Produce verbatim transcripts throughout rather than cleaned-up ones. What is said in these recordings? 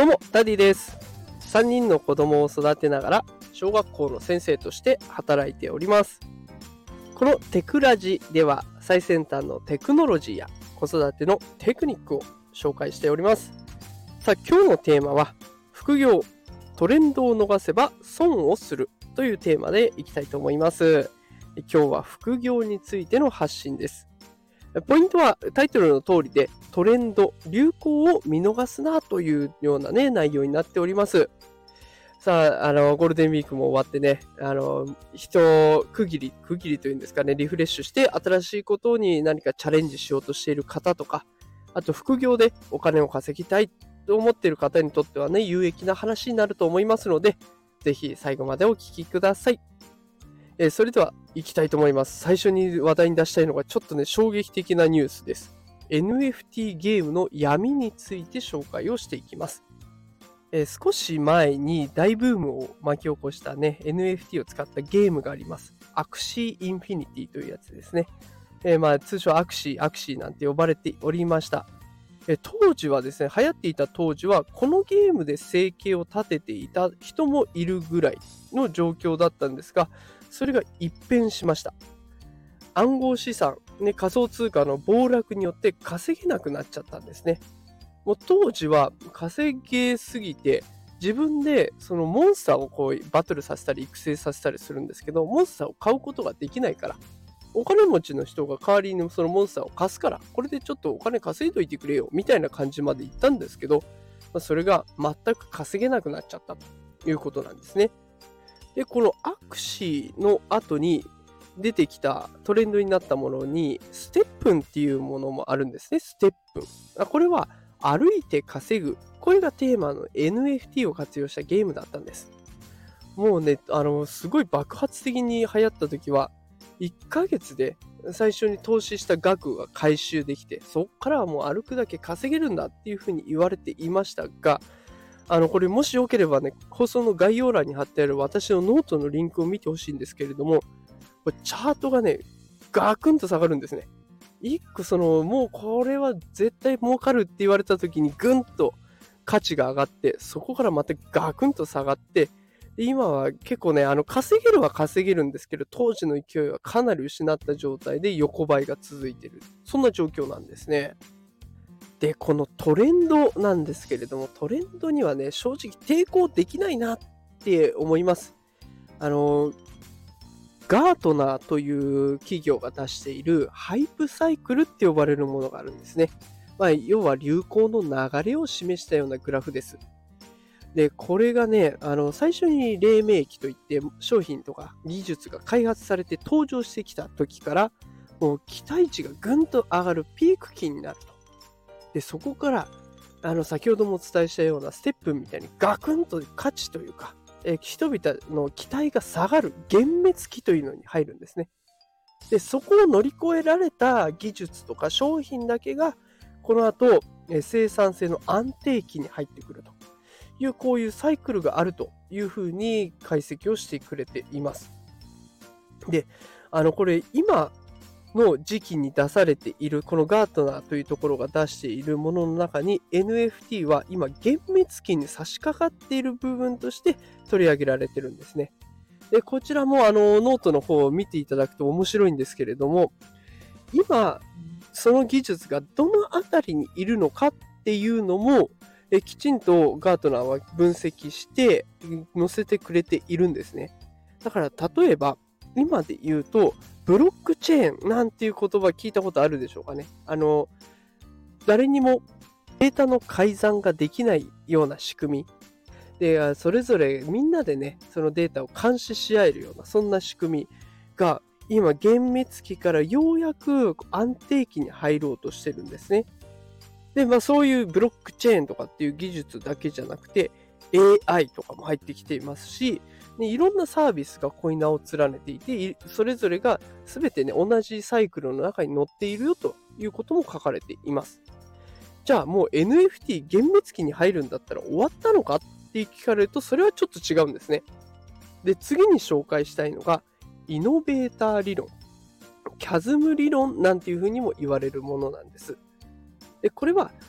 どうもダディです。さんにんの子供を育てながら小学校の先生として働いております。このテクラジでは最先端のテクノロジーや子育てのテクニックを紹介しております。さあ今日のテーマは副業トレンドを逃せば損をするというテーマでいきたいと思います。今日は副業についての発信です。ポイントはタイトルの通りでトレンド、流行を見逃すなというようなね内容になっております。さあ、あのゴールデンウィークも終わってね、あの一区切り、区切りというんですかね、リフレッシュして新しいことに何かチャレンジしようとしている方とか、あと副業でお金を稼ぎたいと思っている方にとってはね、有益な話になると思いますので、ぜひ最後までお聞きください。えー、それでは行きたいと思います。最初に話題に出したいのがちょっとね衝撃的なニュースです。エヌエフティー ゲームの闇について紹介をしていきます。えー、少し前に大ブームを巻き起こしたね エヌエフティー を使ったゲームがあります。アクシーインフィニティというやつですね。えー、まあ通称アクシーアクシーなんて呼ばれておりました。えー、当時はですね、流行っていた当時はこのゲームで生計を立てていた人もいるぐらいの状況だったんですが、それが一変しました。暗号資産、ね、仮想通貨の暴落によって稼げなくなっちゃったんですね。もう当時は稼げすぎて、自分でそのモンスターをこうバトルさせたり育成させたりするんですけど、モンスターを買うことができないから、お金持ちの人が代わりにそのモンスターを貸すから、これでちょっとお金稼いどいてくれよみたいな感じまで言ったんですけど、それが全く稼げなくなっちゃったということなんですね。で、このアクシーの後に出てきたトレンドになったものに、ステップンっていうものもあるんですね。ステップン。これは歩いて稼ぐ。これがテーマの エヌエフティー を活用したゲームだったんです。もうね、あの、すごい爆発的に流行った時は、いっかげつで最初に投資した額が回収できて、そこからはもう歩くだけ稼げるんだっていうふうに言われていましたが、あのこれもしよければね、放送の概要欄に貼ってある私のノートのリンクを見てほしいんですけれども、これチャートがねガクンと下がるんですね。一個そのもうこれは絶対儲かるって言われた時にぐんと価値が上がって、そこからまたガクンと下がって、で今は結構ね、あの稼げるは稼げるんですけど、当時の勢いはかなり失った状態で横ばいが続いている、そんな状況なんですね。で、このトレンドなんですけれども、トレンドにはね、正直抵抗できないなって思います。あの、ガートナーという企業が出しているハイプサイクルって呼ばれるものがあるんですね。まあ、要は流行の流れを示したようなグラフです。で、これがね、あの、最初に黎明期といって商品とか技術が開発されて登場してきた時から、もう期待値がぐんと上がるピーク期になると。で、そこから、あの、先ほどもお伝えしたようなステップみたいにガクンと価値というか、えー人々の期待が下がる幻滅期というのに入るんですね。で、そこを乗り越えられた技術とか商品だけが、この後、えー生産性の安定期に入ってくるという、こういうサイクルがあるというふうに解析をしてくれています。で、あの、これ今、の時期に出されているこのガートナーというところが出しているものの中に エヌエフティー は今幻滅期に差し掛かっている部分として取り上げられてるんですね。で、こちらもあのノートの方を見ていただくと面白いんですけれども、今その技術がどのあたりにいるのかっていうのもえきちんとガートナーは分析して載せてくれているんですね。だから例えば今で言うとブロックチェーンなんていう言葉聞いたことあるでしょうかね。あの、誰にもデータの改ざんができないような仕組み。で、それぞれみんなでね、そのデータを監視し合えるような、そんな仕組みが、今、幻滅期からようやく安定期に入ろうとしてるんですね。で、まあそういうブロックチェーンとかっていう技術だけじゃなくて、エーアイ とかも入ってきていますし、ね、いろんなサービスがここに名を連ねていて、それぞれが全てね、同じサイクルの中に載っているよということも書かれています。じゃあもう エヌエフティー 幻滅期に入るんだったら終わったのかって聞かれると、それはちょっと違うんですね。で、次に紹介したいのが、イノベーター理論、キャズム理論なんていうふうにも言われるものなんです。で、これは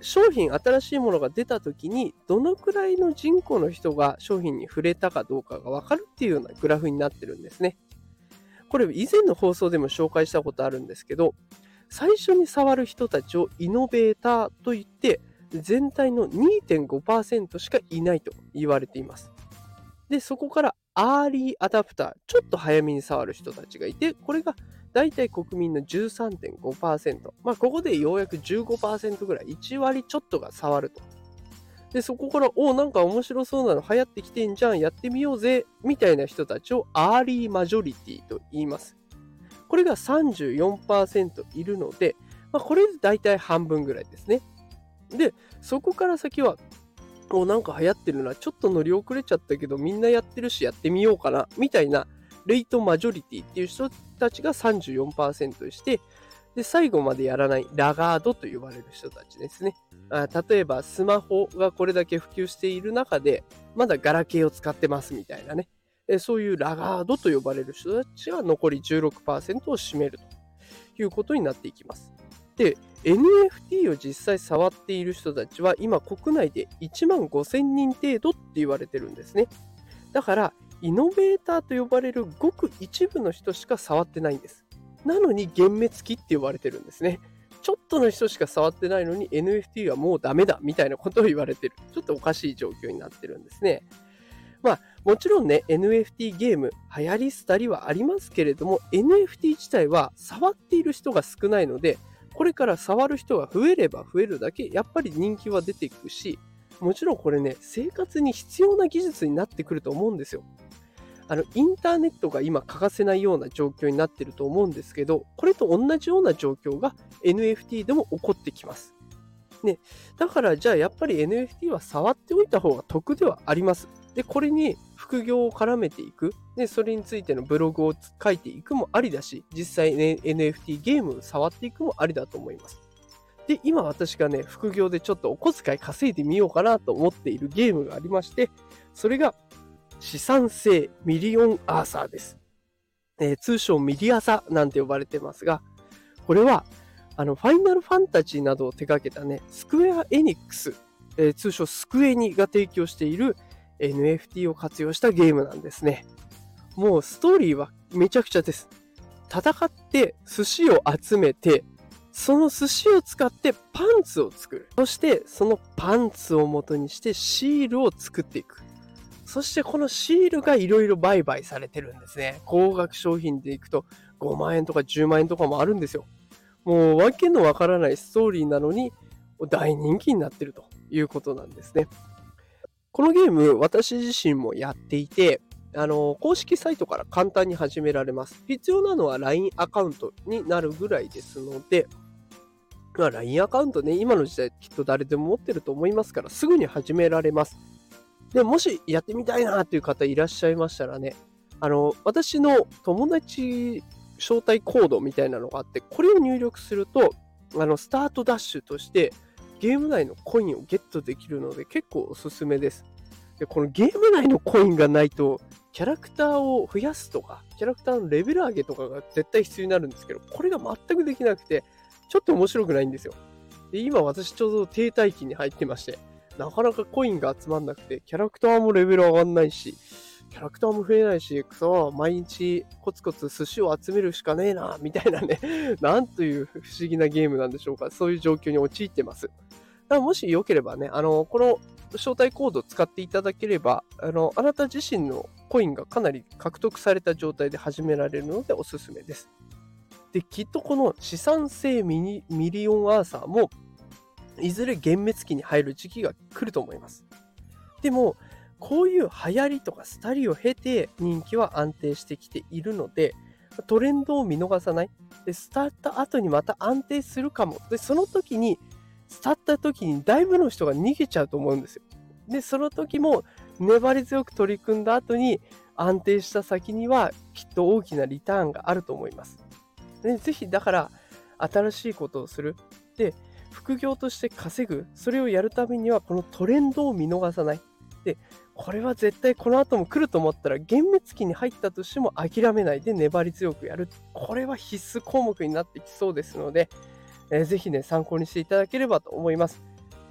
商品、新しいものが出た時にどのくらいの人口の人が商品に触れたかどうかが分かるっていうようなグラフになってるんですね。これ以前の放送でも紹介したことあるんですけど、最初に触る人たちをイノベーターといって、全体の にてんごパーセント しかいないと言われています。で、そこからアーリーアダプター、ちょっと早めに触る人たちがいて、これがだいたい国民の じゅうさんてんごパーセント。まあ、ここでようやく じゅうごパーセント ぐらい、いち割ちょっとが触ると。で、そこから、お、なんか面白そうなの流行ってきてんじゃん、やってみようぜ、みたいな人たちをアーリーマジョリティと言います。これが さんじゅうよんパーセント いるので、まあ、これでだいたい半分ぐらいですね。で、そこから先は、お、なんか流行ってるな、ちょっと乗り遅れちゃったけど、みんなやってるしやってみようかな、みたいな、レイトマジョリティっていう人たちが さんじゅうよんパーセント でして、で、最後までやらないラガードと呼ばれる人たちですね。あ、例えば、スマホがこれだけ普及している中で、まだガラケーを使ってますみたいなね。そういうラガードと呼ばれる人たちが残り じゅうろくパーセント を占めるということになっていきます。で、エヌエフティー を実際触っている人たちは今国内でいちまんごせんにん程度って言われてるんですね。だから、イノベーターと呼ばれるごく一部の人しか触ってないんです。なのに幻滅期って言われてるんですね。ちょっとの人しか触ってないのに エヌエフティー はもうダメだみたいなことを言われてる。ちょっとおかしい状況になってるんですね。まあもちろんね エヌエフティー ゲーム流行り廃りはありますけれども エヌエフティー 自体は触っている人が少ないのでこれから触る人が増えれば増えるだけやっぱり人気は出ていくしもちろんこれね生活に必要な技術になってくると思うんですよ。あのインターネットが今欠かせないような状況になっていると思うんですけどこれと同じような状況が エヌエフティー でも起こってきます。ね、だからじゃあやっぱり エヌエフティー は触っておいた方が得ではあります。で、これに副業を絡めていく。で、それについてのブログを書いていくもありだし、実際、ね、エヌエフティー ゲームを触っていくもありだと思います。で、今私がね、副業でちょっとお小遣い稼いでみようかなと思っているゲームがありまして、それが資産性ミリオンアーサーです。えー、通称ミリアサなんて呼ばれてますが、これはあのファイナルファンタジーなどを手掛けたね、スクエアエニックス、えー、通称スクエニが提供している エヌエフティー を活用したゲームなんですね。もうストーリーはめちゃくちゃです。戦って寿司を集めて、その寿司を使ってパンツを作る。そしてそのパンツを元にしてシールを作っていく。そしてこのシールがいろいろ売買されてるんですね。高額商品でいくとごまんえんとかじゅうまんえんとかもあるんですよ。もうわけのわからないストーリーなのに大人気になっているということなんですね。このゲーム私自身もやっていてあの公式サイトから簡単に始められます。必要なのは ライン アカウントになるぐらいですので、まあ、ライン アカウントね今の時代きっと誰でも持ってると思いますからすぐに始められます。でもしやってみたいなという方いらっしゃいましたらねあの私の友達招待コードみたいなのがあってこれを入力するとあのスタートダッシュとしてゲーム内のコインをゲットできるので結構おすすめです。でこのゲーム内のコインがないとキャラクターを増やすとかキャラクターのレベル上げとかが絶対必要になるんですけどこれが全くできなくてちょっと面白くないんですよ。で今私ちょうど停滞期に入ってましてなかなかコインが集まんなくてキャラクターもレベル上がんないしキャラクターも増えないし、そう毎日コツコツ寿司を集めるしかねえなみたいなねなんという不思議なゲームなんでしょうか。そういう状況に陥ってます。だからもしよければねあのこの招待コードを使っていただければあのあなた自身のコインがかなり獲得された状態で始められるのでおすすめです。できっとこの資産性ミニミリオンアーサーもいずれ幻滅期に入る時期が来ると思います。でもこういう流行りとか廃りを経て人気は安定してきているのでトレンドを見逃さないでスタート後にまた安定するかもでその時にスタート時にだいぶの人が逃げちゃうと思うんですよ。でその時も粘り強く取り組んだ後に安定した先にはきっと大きなリターンがあると思います。でぜひだから新しいことをするで副業として稼ぐそれをやるためにはこのトレンドを見逃さないでこれは絶対この後も来ると思ったら幻滅期に入ったとしても諦めないで粘り強くやるこれは必須項目になってきそうですので、えー、ぜひね参考にしていただければと思います。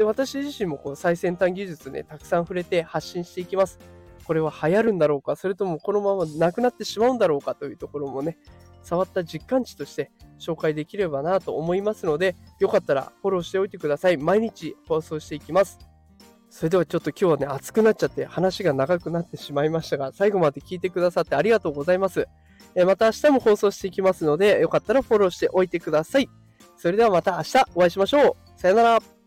で、私自身もこう最先端技術ね、たくさん触れて発信していきます。これは流行るんだろうか、それともこのままなくなってしまうんだろうかというところもね、触った実感値として紹介できればなと思いますので、よかったらフォローしておいてください。毎日放送していきます。それではちょっと今日はね、熱くなっちゃって話が長くなってしまいましたが、最後まで聞いてくださってありがとうございます。えまた明日も放送していきますので、よかったらフォローしておいてください。それではまた明日お会いしましょう。さよなら。